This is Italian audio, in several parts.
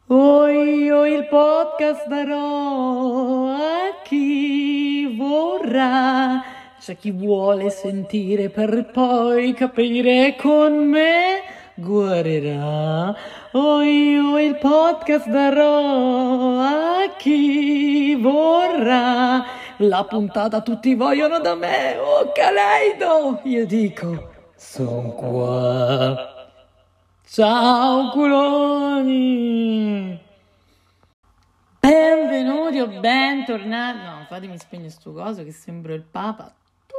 Io il podcast darò a chi vorrà, c'è chi vuole sentire per poi capire con me guarirà. Io il podcast darò a chi vorrà, la puntata tutti vogliono da me, oh Caleido, io dico, son qua. Ciao culoni! Benvenuti o bentornati. No, fatemi spegnere sto coso che sembro il Papa.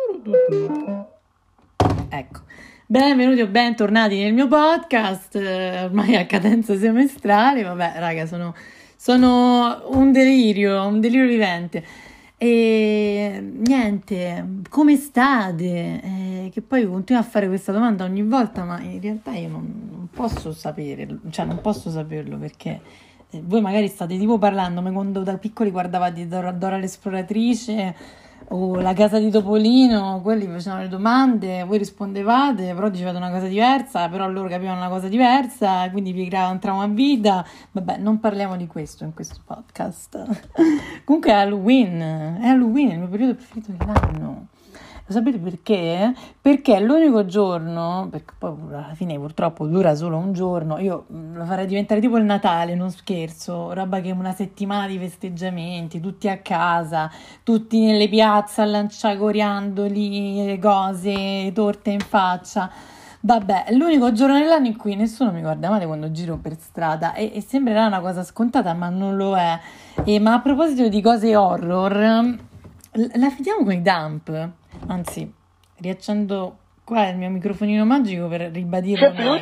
Ecco, benvenuti o bentornati nel mio podcast, ormai a cadenza semestrale. Vabbè, raga, sono un delirio vivente. E niente, come state? Che poi continuo a fare questa domanda ogni volta, ma in realtà io non posso sapere, cioè non posso saperlo perché voi magari state tipo parlando come quando da piccoli guardavate Dora l'esploratrice o La casa di Topolino, quelli facevano le domande, voi rispondevate, però dicevate una cosa diversa, però loro capivano una cosa diversa, quindi vi creava un trauma a vita. Vabbè, non parliamo di questo in questo podcast. Comunque è Halloween, è il mio periodo preferito dell'anno. Lo sapete perché? Perché è l'unico giorno, perché poi alla fine purtroppo dura solo un giorno, io lo farei diventare tipo il Natale, non scherzo, roba che una settimana di festeggiamenti, tutti a casa, tutti nelle piazze a lanciare coriandoli, cose, torte in faccia. Vabbè, è l'unico giorno dell'anno in cui nessuno mi guarda male quando giro per strada e sembrerà una cosa scontata, ma non lo è. Ma a proposito di cose horror, la fidiamo con i dump. Anzi, riaccendo qua il mio microfonino magico per ribadirlo meglio.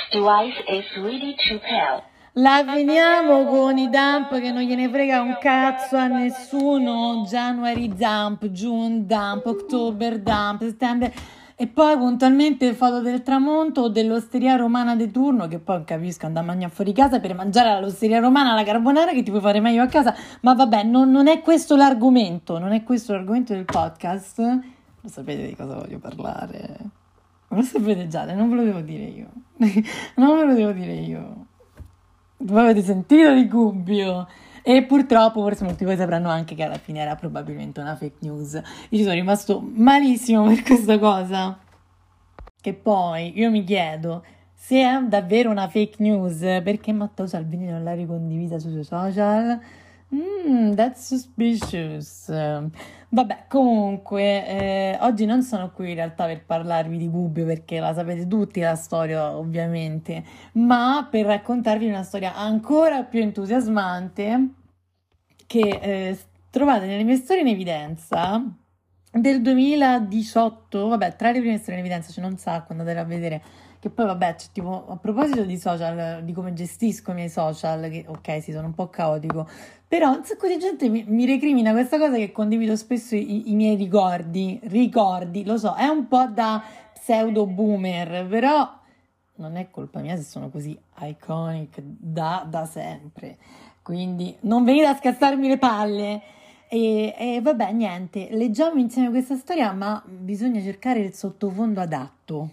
La finiamo con i dump che non gliene frega un cazzo a nessuno. January dump, June dump, October dump, Settembre. E poi puntualmente foto del tramonto o dell'osteria romana di turno, che poi capisco andare a mangiare fuori casa per mangiare all'osteria romana la carbonara che ti puoi fare meglio a casa, ma vabbè, non è questo l'argomento, non è questo l'argomento del podcast. Lo sapete di cosa voglio parlare? Lo sapete già, non ve lo devo dire io. Non ve lo devo dire io. Voi avete sentito di Gubbio? E purtroppo forse molti di voi sapranno anche che alla fine era probabilmente una fake news. Io ci sono rimasto malissimo per questa cosa. Che poi io mi chiedo se è davvero una fake news, perché Matteo Salvini non l'ha ricondivisa sui suoi social. That's suspicious. Vabbè, comunque, oggi non sono qui in realtà per parlarvi di Gubbio, perché la sapete tutti la storia, ovviamente, ma per raccontarvi una storia ancora più entusiasmante che trovate nelle mie storie in evidenza del 2018. Vabbè, tra le prime storie in evidenza ce n'è un sacco, andatele a vedere. Che poi vabbè, c'è tipo, a proposito di social, di come gestisco i miei social, che ok, sì, sono un po' caotico, però un sacco di gente mi recrimina questa cosa che condivido spesso i miei ricordi, lo so, è un po' da pseudo boomer, però non è colpa mia se sono così iconic da sempre, quindi non venite a scassarmi le palle. E vabbè, niente, leggiamo insieme questa storia, ma bisogna cercare il sottofondo adatto.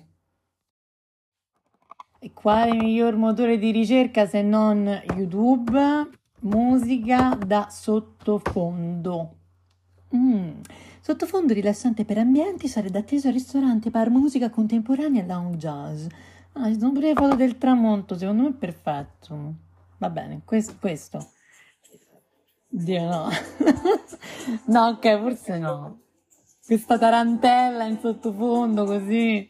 E quale miglior motore di ricerca se non YouTube? Musica da sottofondo. Sottofondo rilassante per ambienti, sale d'atteso, ristorante, bar, musica contemporanea e lounge jazz. Ah, ci sono pure le foto del tramonto, secondo me è perfetto. Va bene, questo. Dio no. No, ok, forse no. Questa tarantella in sottofondo così.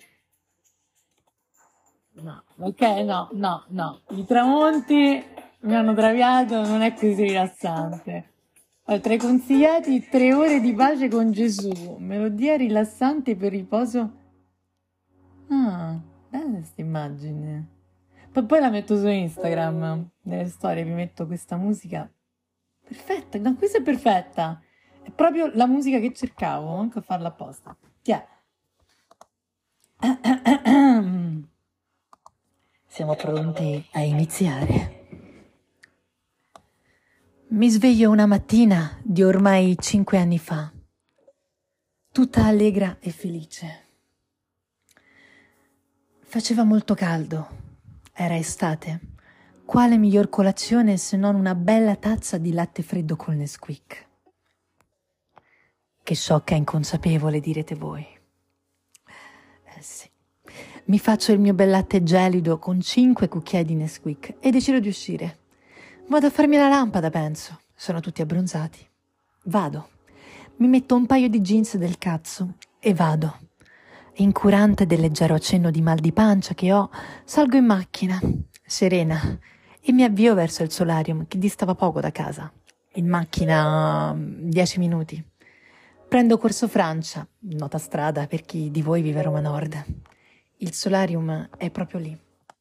No, ok, no. I tramonti mi hanno traviato, non è così rilassante. Tra i consigliati 3 ore di pace con Gesù, melodia rilassante per riposo. Ah, bella questa immagine. Poi la metto su Instagram, nelle storie vi metto questa musica. Perfetta, no, questa è perfetta. È proprio la musica che cercavo, anche a farla apposta. Tiè. Siamo pronti a iniziare. Mi sveglio una mattina di ormai 5 anni fa, tutta allegra e felice. Faceva molto caldo, era estate, Quale miglior colazione se non una bella tazza di latte freddo col Nesquik? Che sciocca e inconsapevole, direte voi. Sì. Mi faccio il mio bel latte gelido con 5 cucchiai di Nesquik e decido di uscire. Vado a farmi la lampada, penso. Sono tutti abbronzati. Vado. Mi metto un paio di jeans del cazzo e vado. Incurante del leggero accenno di mal di pancia che ho, salgo in macchina, serena, e mi avvio verso il solarium che distava poco da casa. In macchina 10 minuti. Prendo Corso Francia, nota strada per chi di voi vive a Roma Nord. Il solarium è proprio lì.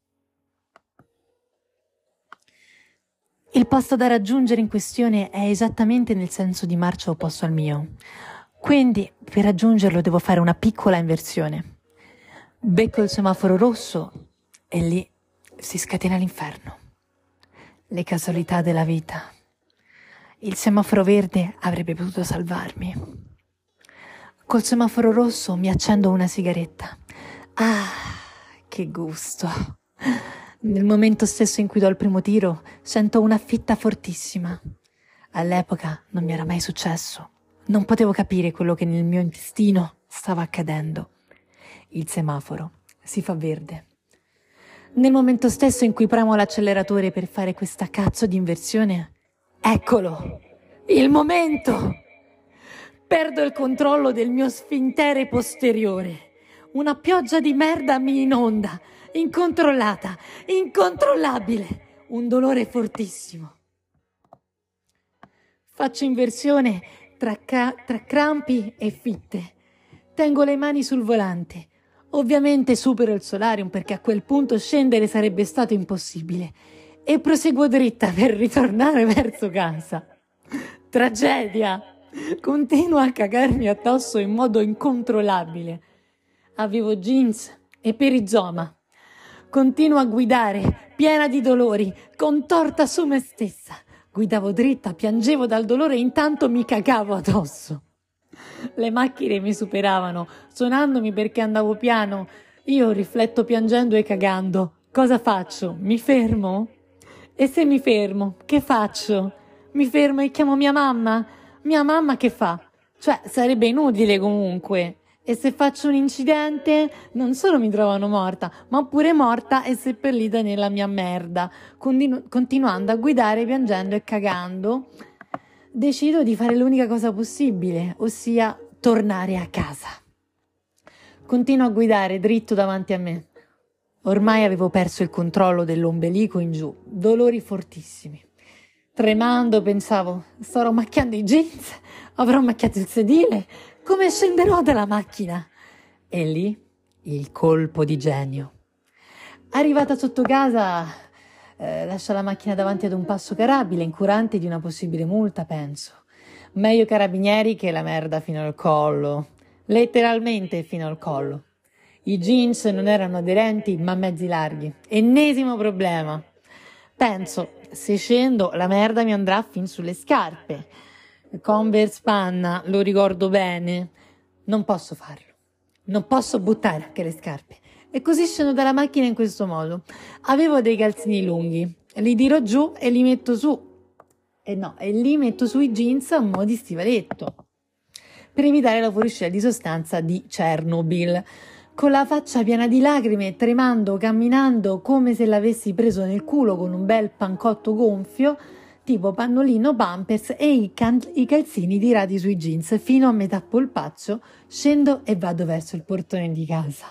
Il posto da raggiungere in questione è esattamente nel senso di marcia opposto al mio. Quindi, per raggiungerlo devo fare una piccola inversione. Becco il semaforo rosso e lì si scatena l'inferno. Le casualità della vita. Il semaforo verde avrebbe potuto salvarmi. Col semaforo rosso mi accendo una sigaretta. Ah, che gusto! Nel momento stesso in cui do il primo tiro, sento una fitta fortissima. All'epoca non mi era mai successo. Non potevo capire quello che nel mio intestino stava accadendo. Il semaforo si fa verde. Nel momento stesso in cui premo l'acceleratore per fare questa cazzo di inversione, eccolo! Il momento! Perdo il controllo del mio sfintere posteriore. Una pioggia di merda mi inonda, incontrollata, incontrollabile, un dolore fortissimo. Faccio inversione tra crampi e fitte. Tengo le mani sul volante. Ovviamente supero il solarium perché a quel punto scendere sarebbe stato impossibile e proseguo dritta per ritornare verso casa. Tragedia! Continuo a cagarmi addosso in modo incontrollabile. Avevo jeans e perizoma. Continuo a guidare, piena di dolori, contorta su me stessa. Guidavo dritta, piangevo dal dolore e intanto mi cagavo addosso. Le macchine mi superavano, suonandomi perché andavo piano. Io rifletto piangendo e cagando. Cosa faccio? Mi fermo? E se mi fermo, che faccio? Mi fermo e chiamo mia mamma? Mia mamma che fa? Cioè, sarebbe inutile comunque. E se faccio un incidente, non solo mi trovano morta, ma pure morta e seppellita nella mia merda. Continuando a guidare, piangendo e cagando, decido di fare l'unica cosa possibile, ossia tornare a casa. Continuo a guidare dritto davanti a me. Ormai avevo perso il controllo dell'ombelico in giù, dolori fortissimi. Tremando pensavo, starò macchiando i jeans, avrò macchiato il sedile, come scenderò dalla macchina? E lì il colpo di genio. Arrivata sotto casa, lascia la macchina davanti ad un passo carabile, incurante di una possibile multa, penso. Meglio carabinieri che la merda fino al collo, letteralmente fino al collo. I jeans non erano aderenti, ma mezzi larghi. Ennesimo problema. Penso, se scendo, la merda mi andrà fin sulle scarpe. Converse panna, lo ricordo bene. Non posso farlo. Non posso buttare anche le scarpe. E così scendo dalla macchina in questo modo. Avevo dei calzini lunghi. Li tiro giù e li metto su. E lì metto su i jeans a mo' di stivaletto. Per evitare la fuoriuscita di sostanza di Chernobyl. Con la faccia piena di lacrime, tremando, camminando come se l'avessi preso nel culo con un bel pancotto gonfio, tipo pannolino Pampers e i calzini tirati sui jeans fino a metà polpaccio, scendo e vado verso il portone di casa.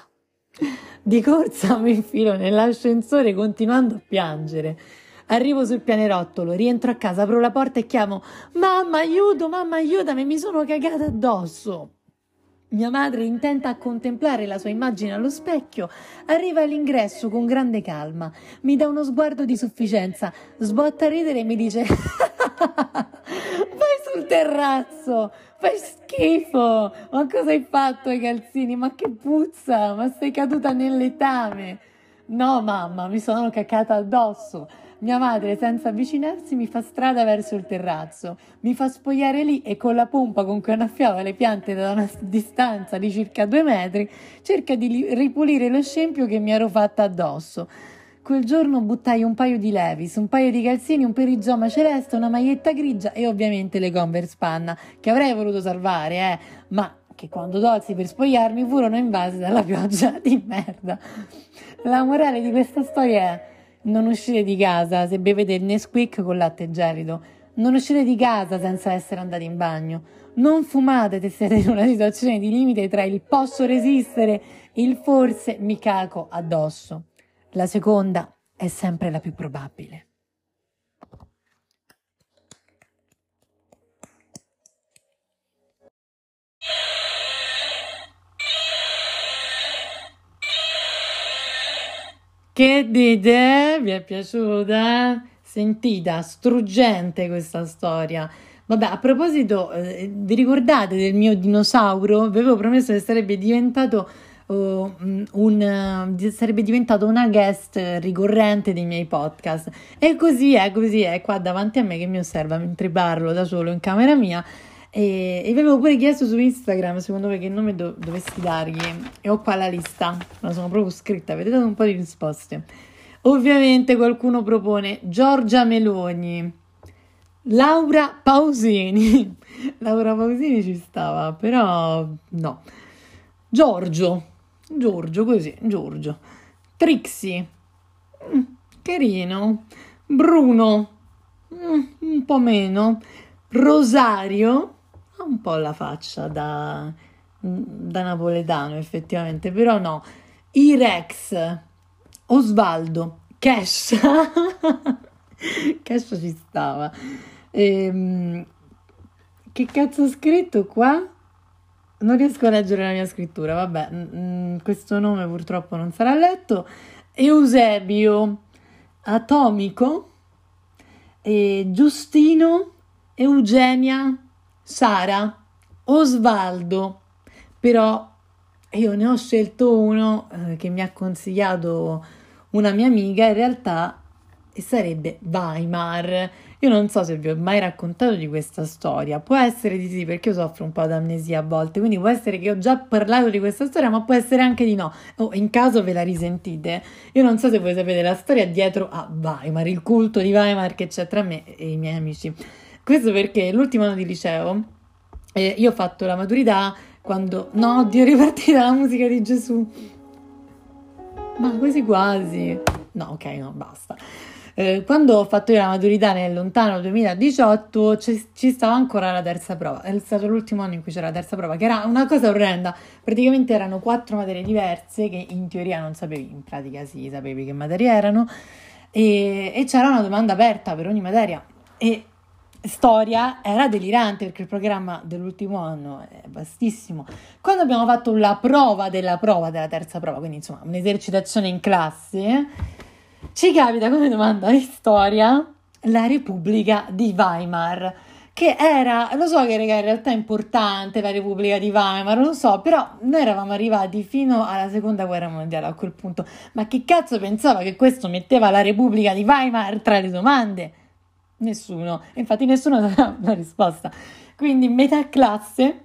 Di corsa mi infilo nell'ascensore continuando a piangere. Arrivo sul pianerottolo, rientro a casa, apro la porta e chiamo mamma aiutami, mi sono cagata addosso. Mia madre, intenta a contemplare la sua immagine allo specchio, arriva all'ingresso con grande calma, mi dà uno sguardo di sufficienza, sbotta a ridere e mi dice vai sul terrazzo, fai schifo, ma cosa hai fatto ai calzini, ma che puzza, ma sei caduta nel letame. No mamma, mi sono cacata addosso. Mia madre, senza avvicinarsi, mi fa strada verso il terrazzo, mi fa spogliare lì e con la pompa con cui annaffiava le piante da una distanza di circa 2 metri, cerca di ripulire lo scempio che mi ero fatta addosso. Quel giorno buttai un paio di Levi's, un paio di calzini, un perizoma celeste, una maglietta grigia e ovviamente le Converse panna, che avrei voluto salvare, ma che quando tolsi per spogliarmi furono invase dalla pioggia di merda. La morale di questa storia è: non uscire di casa se bevete il Nesquik con latte gelido, non uscire di casa senza essere andati in bagno, non fumate se siete in una situazione di limite tra il posso resistere e il forse mi caco addosso. La seconda è sempre la più probabile. Che dite? Vi è piaciuta? Sentita, struggente questa storia. Vabbè, a proposito, vi ricordate del mio dinosauro? Vi avevo promesso che sarebbe diventato sarebbe diventato una guest ricorrente dei miei podcast. E così è qua davanti a me che mi osserva mentre parlo da solo in camera mia. E vi avevo pure chiesto su Instagram secondo voi che nome dovessi dargli, e ho qua la lista, me la sono proprio scritta, avete dato un po' di risposte. Ovviamente qualcuno propone Giorgia Meloni, Laura Pausini. Laura Pausini ci stava, però no. Giorgio così, Giorgio. Trixie, carino. Bruno, un po' meno. Rosario, ha un po' la faccia da napoletano effettivamente, però no. Irex, Osvaldo, Cash. Cash ci stava. Che cazzo ho scritto qua? Non riesco a leggere la mia scrittura, vabbè, questo nome purtroppo non sarà letto. Eusebio, Atomico, Giustino, Eugenia, Sara, Osvaldo. Però io ne ho scelto uno che mi ha consigliato una mia amica, in realtà, e sarebbe Weimar. Io non so se vi ho mai raccontato di questa storia, può essere di sì perché io soffro un po' di amnesia a volte, quindi può essere che ho già parlato di questa storia, ma può essere anche di no, in caso ve la risentite. Io non so se voi sapete la storia dietro a Weimar, il culto di Weimar che c'è tra me e i miei amici. Questo perché l'ultimo anno di liceo io ho fatto la maturità quando... No, oddio, è ripartita la musica di Gesù. Ma quasi quasi. No, ok, no, basta. Quando ho fatto io la maturità nel lontano 2018 ci stava ancora la terza prova, è stato l'ultimo anno in cui c'era la terza prova, che era una cosa orrenda. Praticamente erano 4 materie diverse che in teoria non sapevi, in pratica sì, sapevi che materie erano, e c'era una domanda aperta per ogni materia, e storia era delirante perché il programma dell'ultimo anno è vastissimo. Quando abbiamo fatto la prova della terza prova, quindi insomma un'esercitazione in classe, ci capita come domanda di storia la Repubblica di Weimar, che era, lo so che in realtà è importante la Repubblica di Weimar, lo so, però noi eravamo arrivati fino alla seconda guerra mondiale a quel punto, ma chi cazzo pensava che questo metteva la Repubblica di Weimar tra le domande? Nessuno, infatti nessuno aveva una risposta, quindi metà classe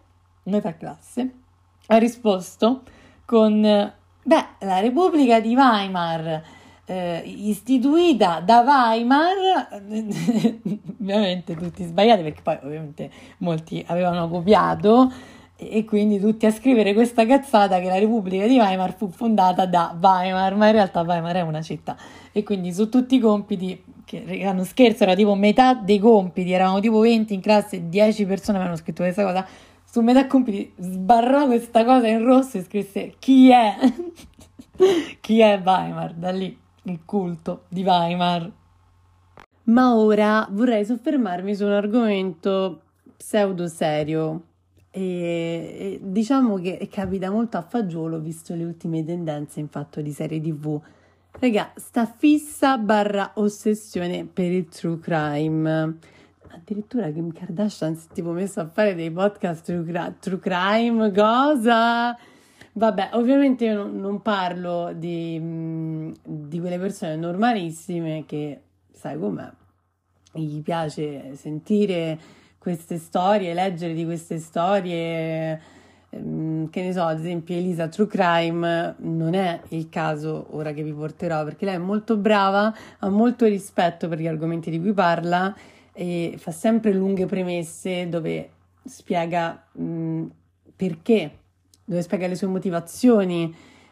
ha risposto con la Repubblica di Weimar, istituita da Weimar. Ovviamente tutti sbagliati perché poi ovviamente molti avevano copiato e quindi tutti a scrivere questa cazzata che la Repubblica di Weimar fu fondata da Weimar, ma in realtà Weimar è una città, e quindi su tutti i compiti, che erano scherzo, era tipo metà dei compiti, eravamo tipo 20 in classe, 10 persone avevano scritto questa cosa, su metà compiti sbarrò questa cosa in rosso e scrisse chi è chi è Weimar, da lì il culto di Weimar. Ma ora vorrei soffermarmi su un argomento pseudo serio e diciamo che capita molto a fagiolo visto le ultime tendenze in fatto di serie TV. Raga, sta fissa / ossessione per il true crime. Addirittura Kim Kardashian si è tipo messo a fare dei podcast true crime, cosa? Vabbè, ovviamente io non parlo di quelle persone normalissime che, sai com'è, gli piace sentire queste storie, leggere di queste storie che ne so, ad esempio Elisa True Crime non è il caso ora che vi porterò, perché lei è molto brava, ha molto rispetto per gli argomenti di cui parla e fa sempre lunghe premesse dove spiega perché, dove spiega le sue motivazioni,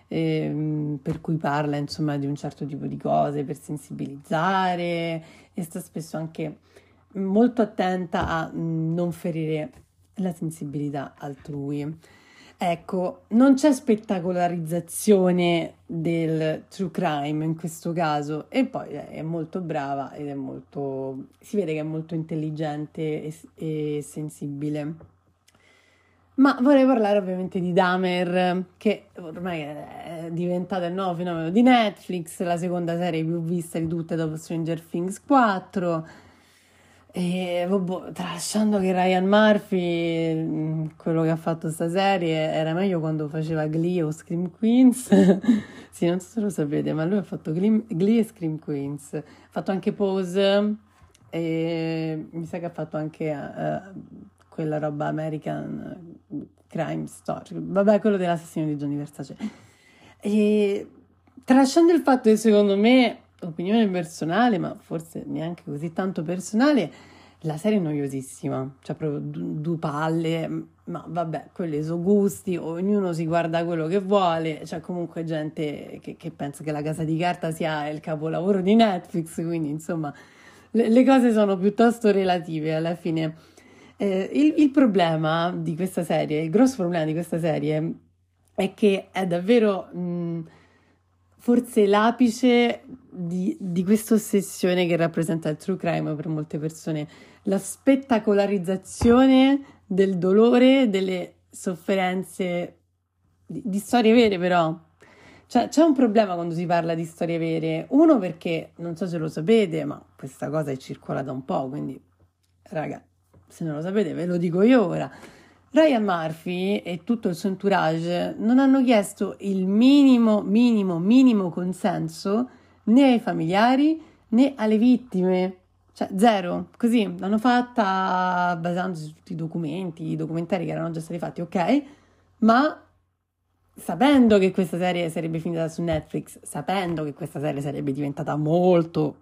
per cui parla insomma di un certo tipo di cose per sensibilizzare, e sta spesso anche molto attenta a non ferire la sensibilità altrui. Ecco, non c'è spettacolarizzazione del true crime in questo caso, e poi è molto brava ed si vede che è molto intelligente e sensibile. Ma vorrei parlare ovviamente di Dahmer, che ormai è diventato il nuovo fenomeno di Netflix, la seconda serie più vista di tutte dopo Stranger Things 4. E tralasciando che Ryan Murphy, quello che ha fatto sta serie, era meglio quando faceva Glee o Scream Queens. Sì, non so se lo sapete, ma lui ha fatto Glee e Scream Queens. Ha fatto anche Pose, e mi sa che ha fatto anche quella roba American Crime Story. Vabbè, quello dell'assassino di Johnny Versace. E tralasciando il fatto che secondo me, opinione personale, ma forse neanche così tanto personale, la serie è noiosissima, cioè proprio due palle, ma vabbè, quelli sono gusti, ognuno si guarda quello che vuole, c'è comunque gente che pensa che La Casa di Carta sia il capolavoro di Netflix, quindi insomma le cose sono piuttosto relative alla fine. Il problema di questa serie, il grosso problema di questa serie è che è davvero forse l'apice di questa ossessione che rappresenta il true crime per molte persone, la spettacolarizzazione del dolore, delle sofferenze, di storie vere però. Cioè, c'è un problema quando si parla di storie vere. Uno, perché, non so se lo sapete, ma questa cosa è circolata un po', quindi, raga, se non lo sapete ve lo dico io ora. Ryan Murphy e tutto il suo entourage non hanno chiesto il minimo consenso né ai familiari né alle vittime. Cioè, zero. Così, l'hanno fatta basandosi su tutti i documentari che erano già stati fatti, ok? Ma sapendo che questa serie sarebbe finita su Netflix, sapendo che questa serie sarebbe diventata molto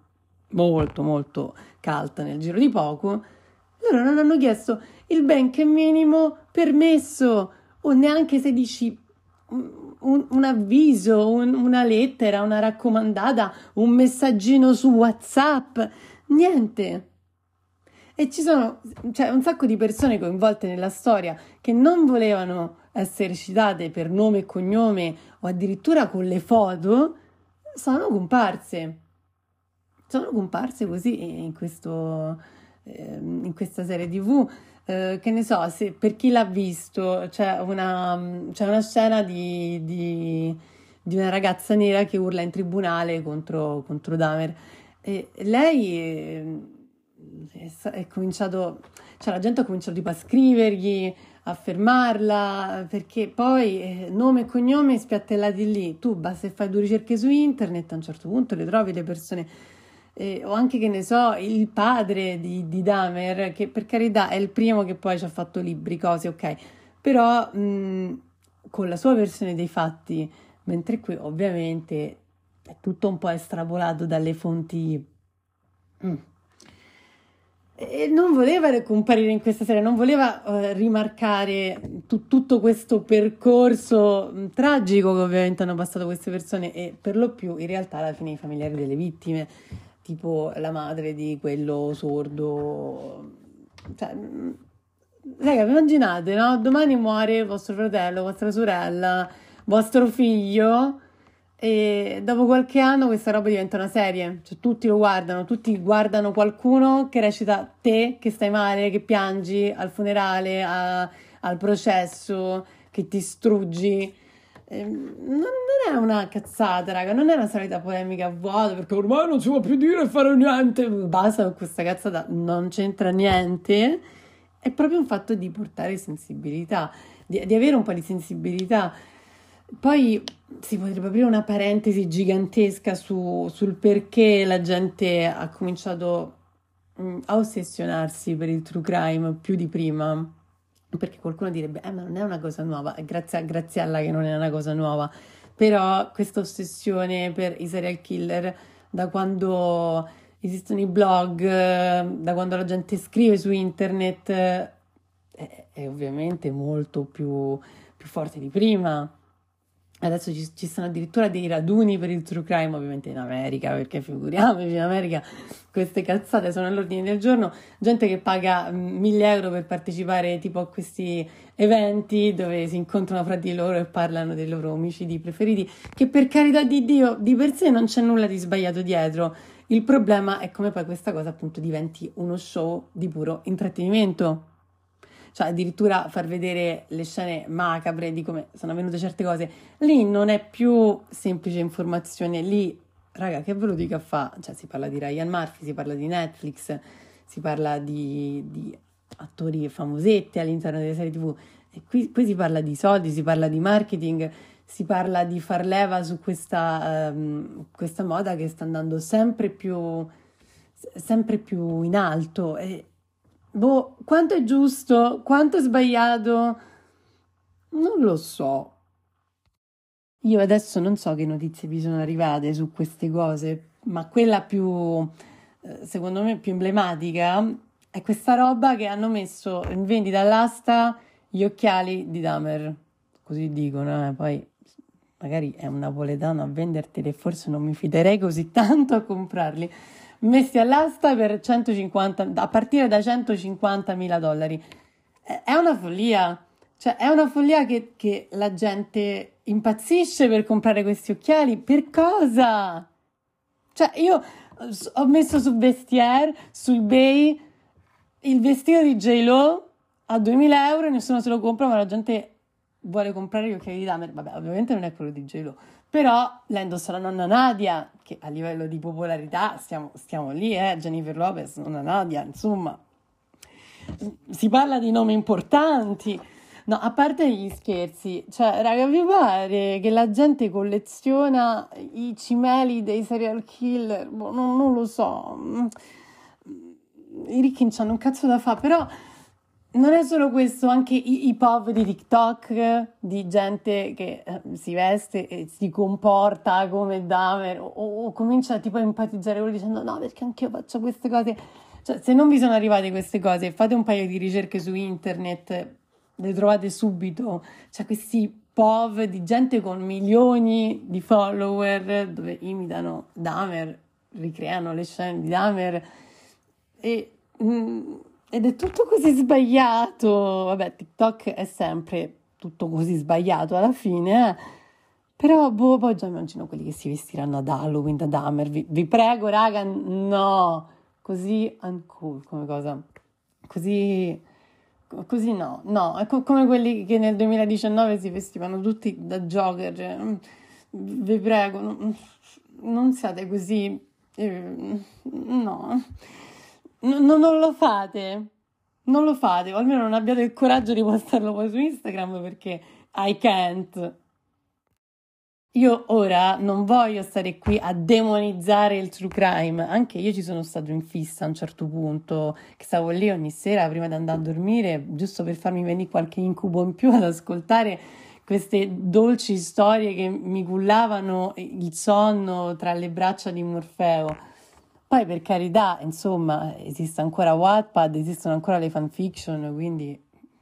cult nel giro di poco, loro non hanno chiesto il benché minimo permesso, o neanche se dici un avviso, una lettera, una raccomandata, un messaggino su WhatsApp, niente. E ci sono un sacco di persone coinvolte nella storia che non volevano essere citate per nome e cognome o addirittura con le foto, sono comparse. Sono comparse così in questa serie TV. Che ne so, se per chi l'ha visto c'è una scena di una ragazza nera che urla in tribunale contro Dahmer, e lei è cominciato, cioè la gente ha cominciato tipo a scrivergli, a fermarla, perché poi nome e cognome spiattellati lì, tu basta che fai due ricerche su internet, a un certo punto le trovi le persone. O anche, che ne so, il padre di Dahmer, che per carità è il primo che poi ci ha fatto libri, cose, ok, però con la sua versione dei fatti, mentre qui ovviamente è tutto un po' estrapolato dalle fonti. E non voleva comparire in questa serie, non voleva rimarcare tutto questo percorso tragico che ovviamente hanno passato queste persone, e per lo più in realtà alla fine i familiari delle vittime, tipo la madre di quello sordo. Cioè, raga, immaginate, no? Domani muore vostro fratello, vostra sorella, vostro figlio, e dopo qualche anno questa roba diventa una serie, cioè tutti lo guardano, tutti guardano qualcuno che recita te che stai male, che piangi al funerale, al processo, che ti struggi. Non è una cazzata, raga, non è una solita polemica a vuoto, perché ormai non si può più dire e fare niente, basta con questa cazzata, non c'entra niente, è proprio un fatto di portare sensibilità, di avere un po' di sensibilità. Poi si potrebbe aprire una parentesi gigantesca sul perché la gente ha cominciato a ossessionarsi per il true crime più di prima. perché qualcuno direbbe, ma non è una cosa nuova, e grazie a Graziella che non è una cosa nuova, però questa ossessione per i serial killer, da quando esistono i blog, da quando la gente scrive su internet, è ovviamente molto più forte di prima. Adesso ci sono addirittura dei raduni per il true crime, ovviamente in America, perché figuriamoci, in America queste cazzate sono all'ordine del giorno, gente che paga 1.000 euro per partecipare tipo a questi eventi dove si incontrano fra di loro e parlano dei loro omicidi preferiti, che per carità di Dio, di per sé non c'è nulla di sbagliato dietro. Il problema è come poi questa cosa appunto diventi uno show di puro intrattenimento. Cioè addirittura far vedere le scene macabre di come sono avvenute certe cose, lì non è più semplice informazione, lì, raga, che ve lo dica fa? Cioè si parla di Ryan Murphy, si parla di Netflix, si parla di attori famosetti all'interno delle serie TV, e qui si parla di soldi, si parla di marketing, si parla di far leva su questa moda che sta andando sempre più in alto. E quanto è giusto, quanto è sbagliato, non lo so. Io adesso non so che notizie vi sono arrivate su queste cose, ma quella più, secondo me, più emblematica è questa roba che hanno messo in vendita all'asta gli occhiali di Dahmer, così dicono, poi magari è un napoletano a venderteli e forse non mi fiderei così tanto a comprarli, messi all'asta per 150, a partire da 150.000 dollari. È una follia, cioè è una follia che la gente impazzisce per comprare questi occhiali. Per cosa? Cioè io ho messo su Vestiaire, su eBay, il vestito di J-Lo a 2.000 euro e nessuno se lo compra, ma la gente vuole comprare gli occhiali di Dahmer. Vabbè, ovviamente non è quello di J-Lo, però la indossa la nonna Nadia, che a livello di popolarità stiamo lì, Jennifer Lopez, nonna Nadia, insomma. Si parla di nomi importanti. No, a parte gli scherzi, cioè, raga, vi pare che la gente colleziona i cimeli dei serial killer? Boh, non lo so. I ricchi non hanno un cazzo da fare, però non è solo questo, anche i pop di TikTok, di gente che si veste e si comporta come Dahmer, o comincia tipo a empatizzare con lui dicendo no, perché anch'io faccio queste cose. Cioè, se non vi sono arrivate queste cose, fate un paio di ricerche su internet, le trovate subito. C'è questi POV di gente con milioni di follower dove imitano Dahmer, ricreano le scene di Dahmer ed è tutto così sbagliato. Vabbè, TikTok è sempre tutto così sbagliato alla fine, Però poi già immagino quelli che si vestiranno ad Halloween da Dahmer. Vi prego, raga, no, così uncool come cosa. Così no, è come quelli che nel 2019 si vestivano tutti da Joker. Vi prego, non siate così. No, non lo fate. Non lo fate, o almeno non abbiate il coraggio di postarlo poi su Instagram perché I can't. Io ora non voglio stare qui a demonizzare il true crime, anche io ci sono stato in fissa a un certo punto, che stavo lì ogni sera prima di andare a dormire, giusto per farmi venire qualche incubo in più ad ascoltare queste dolci storie che mi cullavano il sonno tra le braccia di Morfeo. Poi per carità, insomma, esiste ancora Wattpad, esistono ancora le fanfiction, quindi...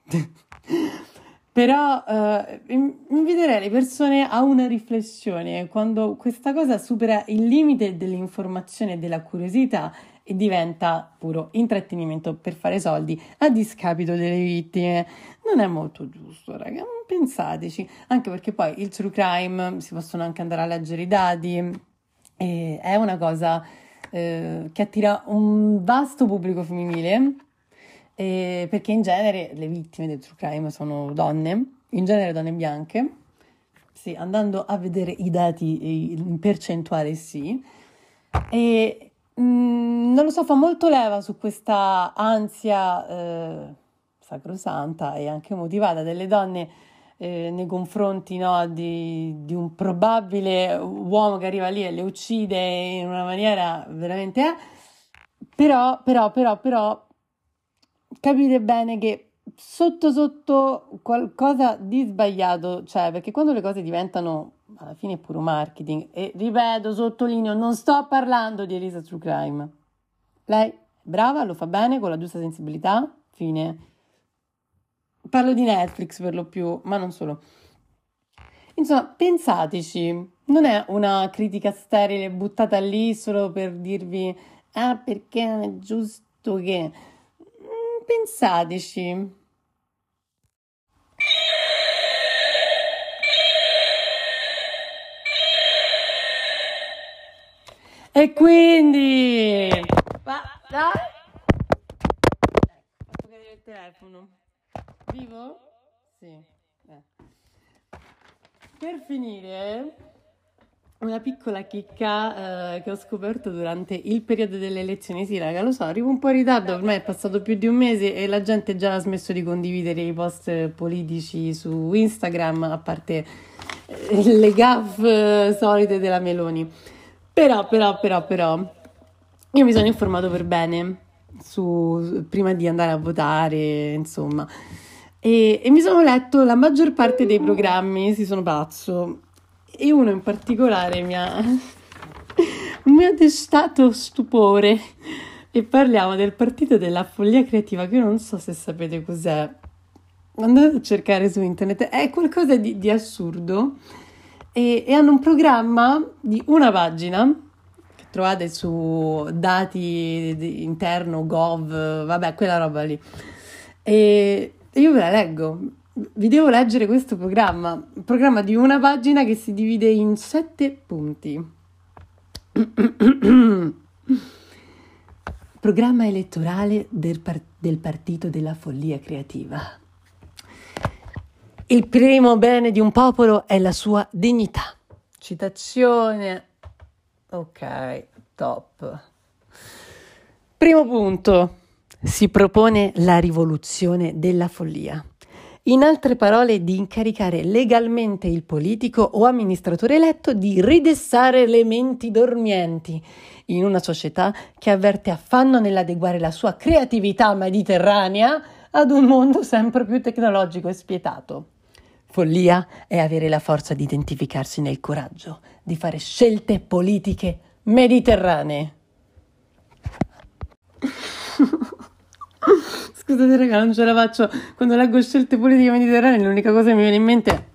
Però inviterei le persone a una riflessione quando questa cosa supera il limite dell'informazione e della curiosità e diventa puro intrattenimento per fare soldi a discapito delle vittime. Non è molto giusto, raga, pensateci, anche perché poi il true crime si possono anche andare a leggere i dati, e è una cosa che attira un vasto pubblico femminile. Perché in genere le vittime del true crime sono donne, in genere donne bianche. Sì, andando a vedere i dati in percentuale sì. E non lo so, fa molto leva su questa ansia sacrosanta e anche motivata delle donne nei confronti, no, di un probabile uomo che arriva lì e le uccide in una maniera veramente... Però capite bene che sotto sotto qualcosa di sbagliato c'è, perché quando le cose diventano alla fine puro marketing, e ripeto, sottolineo, non sto parlando di Elisa True Crime. Lei è brava, lo fa bene, con la giusta sensibilità, fine. Parlo di Netflix per lo più, ma non solo. Insomma, pensateci, non è una critica sterile buttata lì solo per dirvi, ah, perché non è giusto che... Pensateci. E quindi... dai! Ecco, fatto cadere il telefono. Vivo? Sì. Per finire, una piccola chicca che ho scoperto durante il periodo delle elezioni. Sì, raga, lo so, arrivo un po' in ritardo, ormai è passato più di un mese e la gente già ha smesso di condividere i post politici su Instagram, a parte le gaffe solite della Meloni. Però, io mi sono informato per bene prima di andare a votare, insomma, e mi sono letto la maggior parte dei programmi, sì, sono pazzo, e uno in particolare mi ha destato stupore, e parliamo del Partito della Follia Creativa, che io non so se sapete cos'è, andate a cercare su internet, è qualcosa di assurdo, e hanno un programma di una pagina che trovate su dati interno, gov, vabbè, quella roba lì. E io ve la leggo. Vi devo leggere questo programma. Un programma di una pagina che si divide in 7 punti. Programma elettorale del Partito della Follia Creativa. Il primo bene di un popolo è la sua dignità. Citazione. Ok, top. Primo punto. Si propone la rivoluzione della follia. In altre parole, di incaricare legalmente il politico o amministratore eletto di ridessare le menti dormienti in una società che avverte affanno nell'adeguare la sua creatività mediterranea ad un mondo sempre più tecnologico e spietato. Follia è avere la forza di identificarsi nel coraggio, di fare scelte politiche mediterranee. Scusate raga, non ce la faccio. Quando leggo scelte politiche mediterranee, l'unica cosa che mi viene in mente è...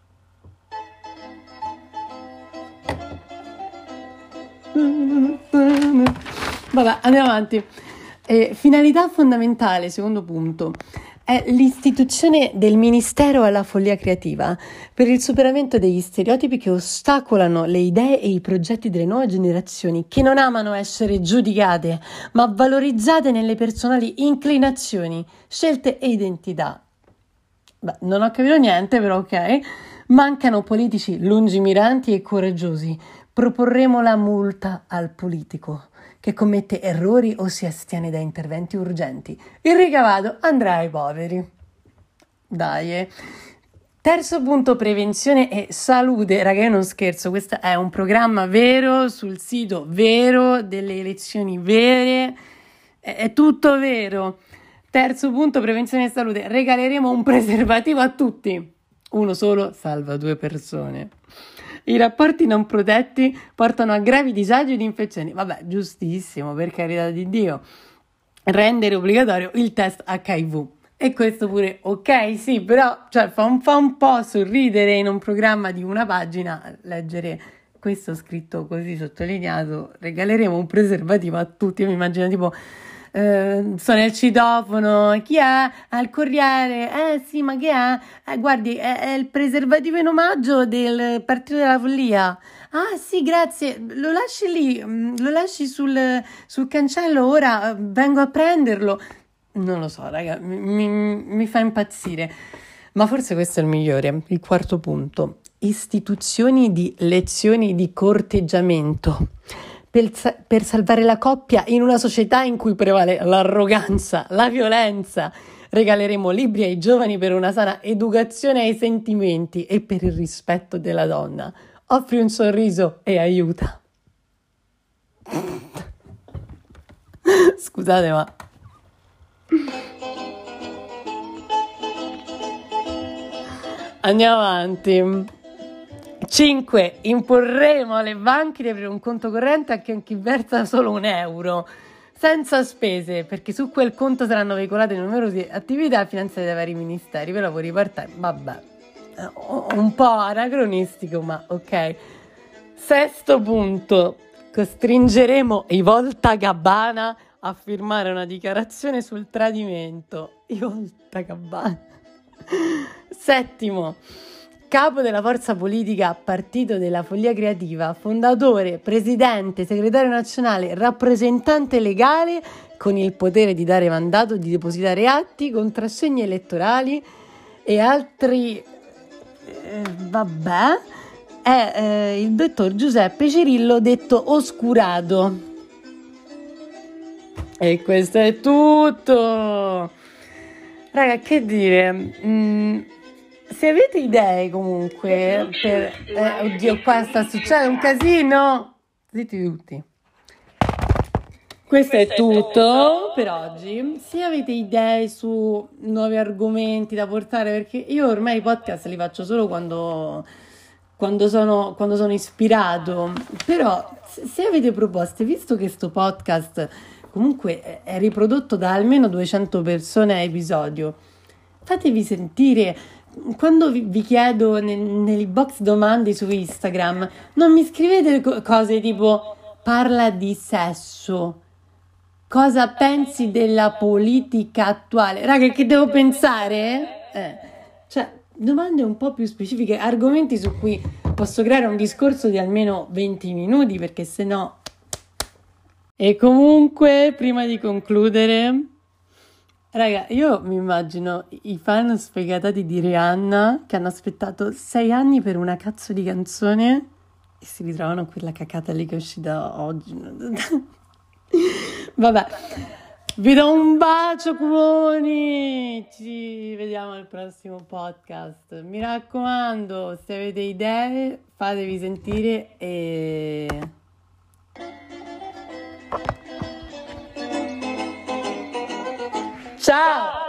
Vabbè, andiamo avanti. Finalità fondamentale, secondo punto, è l'istituzione del Ministero alla Follia Creativa per il superamento degli stereotipi che ostacolano le idee e i progetti delle nuove generazioni, che non amano essere giudicate, ma valorizzate nelle personali inclinazioni, scelte e identità. Beh, non ho capito niente, però ok. Mancano politici lungimiranti e coraggiosi. Proporremo la multa al politico che commette errori o si astiene da interventi urgenti. Il ricavato andrà ai poveri. Dai. Terzo punto, prevenzione e salute. Raga, io non scherzo, questo è un programma vero, sul sito vero, delle elezioni vere, è tutto vero. Terzo punto, prevenzione e salute. Regaleremo un preservativo a tutti. Uno solo salva 2 persone. I rapporti non protetti portano a gravi disagi ed infezioni. Vabbè, giustissimo, per carità di Dio. Rendere obbligatorio il test HIV. E questo pure, ok, sì, però cioè, fa un po' sorridere in un programma di una pagina leggere questo scritto così sottolineato. Regaleremo un preservativo a tutti. Io mi immagino tipo... sono il citofono, chi è? Al Corriere, sì, ma che è? Guardi, è il preservativo in omaggio del Partito della Follia. Ah sì, grazie, lo lasci lì, lo lasci sul cancello, ora vengo a prenderlo. Non lo so, raga, mi fa impazzire, ma forse questo è il migliore, il quarto punto. Istituzioni di lezioni di corteggiamento. Per salvare la coppia in una società in cui prevale l'arroganza, la violenza. Regaleremo libri ai giovani per una sana educazione ai sentimenti e per il rispetto della donna. Offri un sorriso e aiuta. Scusate, ma... Andiamo avanti. 5. Imporremo alle banche di aprire un conto corrente anche a chi versa solo €1, senza spese, perché su quel conto saranno veicolate numerose attività finanziate dai vari ministeri per lavori part-time. Vabbè, un po' anacronistico, ma ok. 6. punto. Costringeremo i Volta Gabbana a firmare una dichiarazione sul tradimento. I Volta Gabbana. 7. Capo della forza politica Partito della Follia Creativa, fondatore, presidente, segretario nazionale, rappresentante legale con il potere di dare mandato, di depositare atti, contrassegni elettorali e altri... vabbè... è il dottor Giuseppe Cirillo, detto Oscurato. E questo è tutto. Raga, che dire? Se avete idee comunque per... oddio, qua sta succedendo un casino. Zitti tutti. Questo è tutto per oggi. Se avete idee su nuovi argomenti da portare, perché io ormai i podcast li faccio solo quando sono ispirato, però se avete proposte, visto che sto podcast comunque è riprodotto da almeno 200 persone a episodio, fatevi sentire. Quando vi chiedo nei box domande su Instagram, non mi scrivete cose tipo parla di sesso, cosa pensi della politica attuale. Raga, che devo pensare? Cioè, domande un po' più specifiche, argomenti su cui posso creare un discorso di almeno 20 minuti, perché sennò... E comunque, prima di concludere, raga, io mi immagino i fan sfegatati di Rihanna che hanno aspettato 6 anni per una cazzo di canzone e si ritrovano a quella cacata lì che è uscita oggi. Vabbè. Vi do un bacio, cuoni! Ci vediamo al prossimo podcast. Mi raccomando, se avete idee, fatevi sentire e... ciao!